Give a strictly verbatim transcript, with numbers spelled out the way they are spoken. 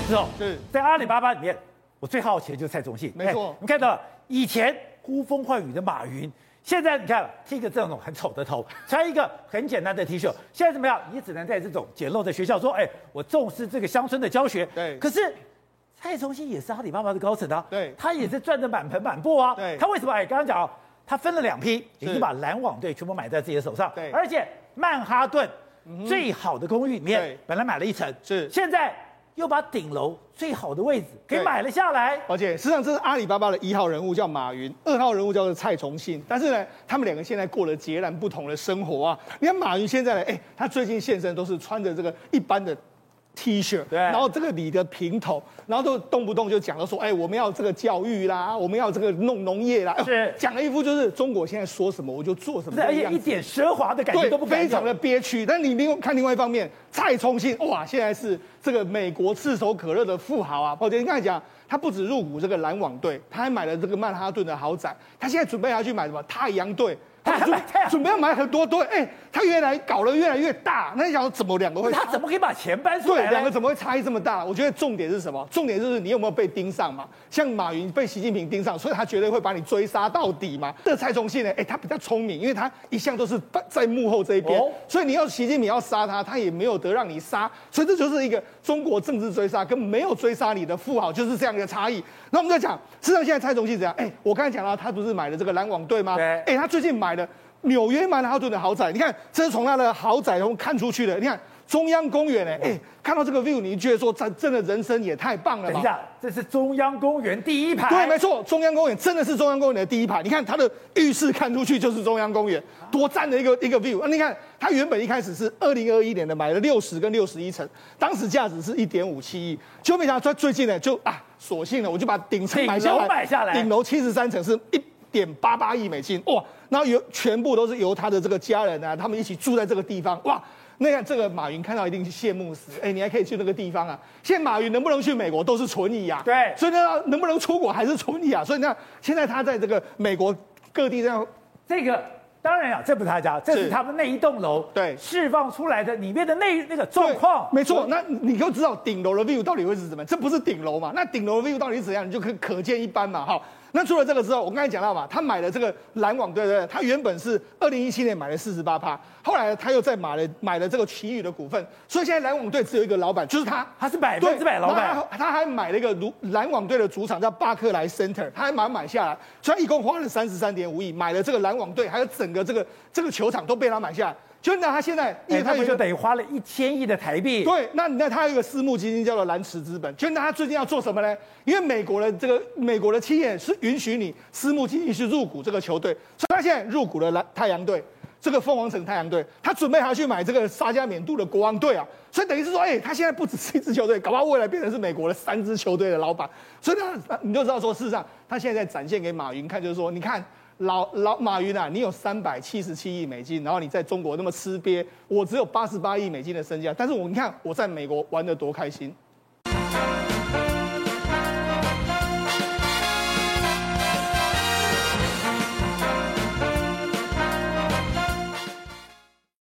是哦， 是在阿里巴巴里面，我最好奇的就是蔡崇信。 没错哎你看到了以前呼风唤雨的马云，现在你看剃个这种很丑的头，穿一个很简单的 T 恤，现在怎么样？你只能在这种简陋的学校说，哎，我重视这个乡村的教学。 对可是蔡崇信也是阿里巴巴的高层啊， 对他也是赚得满盆满钵啊。 对他为什么？哎，刚刚讲哦，他分了两批，已是经把篮网队全部买在自己的手上。 对而且曼哈顿最好的公寓里面对， 本来买了一层， 是现在又把顶楼最好的位置给对买了下来。 而且事实上，这是阿里巴巴的一号人物叫马云，二号人物叫做蔡崇信。但是呢，他们两个现在过了截然不同的生活啊。你看马云现在呢，哎，他最近现身都是穿着这个一般的 T 恤， 对然后这个理的平头，然后都动不动就讲到说，哎，我们要这个教育啦，我们要这个弄农业啦， 是讲了一副就是中国现在说什么我就做什么是而且的样子。 一点奢华的感觉对， 都不敢有非常的憋屈。但你另外看另外一方面，蔡崇信哇，现在是这个美国炙手可热的富豪啊！宝杰，你刚才讲，他不止入股这个篮网队，他还买了这个曼哈顿的豪宅，他现在准备要去买什么太阳队。他准准备要买很多队，哎，他原来搞得越来越大，那你想怎么两个会？ 他怎么可以把钱搬出来对， 呢？ 两个怎么会差异这么大？我觉得重点是什么？重点就是你有没有被盯上嘛？像马云被习近平盯上，所以他绝对会把你追杀到底嘛。这个蔡崇信呢，哎，他比较聪明，因为他一向都是在幕后这一边， 哦所以你要习近平要杀他，他也没有得让你杀，所以这就是一个中国政治追杀跟没有追杀你的富豪就是这样一个差异。那我们再讲，事实上现在蔡崇信怎样？哎，我刚才讲到他不是买了这个篮网队吗？ 对哎，他最近买了纽约曼哈顿的豪宅，你看这是从他的豪宅中看出去的，你看中央公园哎，哎，看到这个 view， 你觉得说这真的人生也太棒了吧？ 等一下，这是中央公园第一排。 对，没错，中央公园真的是中央公园的第一排。你看它的浴室看出去就是中央公园，多赞的一个一个 view。啊，你看它原本一开始是二零二一年的买了六十跟六十一层，当时价值是一点五七亿，就没想到它最近呢就啊，索性呢我就把顶层买下顶楼来， 买下来顶楼七十三层是一点八八亿美金，哇！然后由全部都是由他的这个家人啊，他们一起住在这个地方，哇！那样这个马云看到一定是羡慕死，哎，你还可以去那个地方啊！现在马云能不能去美国都是存疑啊， 对所以呢，能不能出国还是存疑啊，所以呢，现在他在这个美国各地这样， 这个当然啊，这不是他家，这是是他们那一栋楼对释放出来的里面的那那个状况。 没错，那你就知道顶楼的 view 到底会是怎么样，这不是顶楼嘛？那顶楼的 view 到底是怎样，你就可可见一斑嘛，哈。那除了这个之后，我刚才讲到嘛，他买了这个篮网队，对不对？他原本是二零一七年买了四十八趴，后来他又再买了买了这个奇宇的股份，所以现在篮网队只有一个老板，就是他， 他是百分之百老板。 然后他还买了一个如篮网队的主场叫巴克莱 Center， 他还买买下来，所以他一共花了三十三点五亿买了这个篮网队，还有整个这个这个球场都被他买下来。就那他现在，因为他有他们就等于花了一千亿的台币。 对，那那他有一个私募基金叫做蓝池资本，就那他最近要做什么呢？因为美国的这个美国的企业是允许你私募基金去入股这个球队，所以他现在入股了蓝太阳队，这个凤凰城太阳队，他准备还要去买这个沙加缅度的国王队啊，所以等于是说，哎、欸，他现在不只是一支球队，搞不好未来变成是美国的三支球队的老板，所以呢，你就知道说，事实上他现在在展现给马云看，就是说，你看。老老马云啊，你有三百七十七亿美金，然后你在中国那么吃瘪，我只有八十八亿美金的身价，但是我你看我在美国玩得多开心。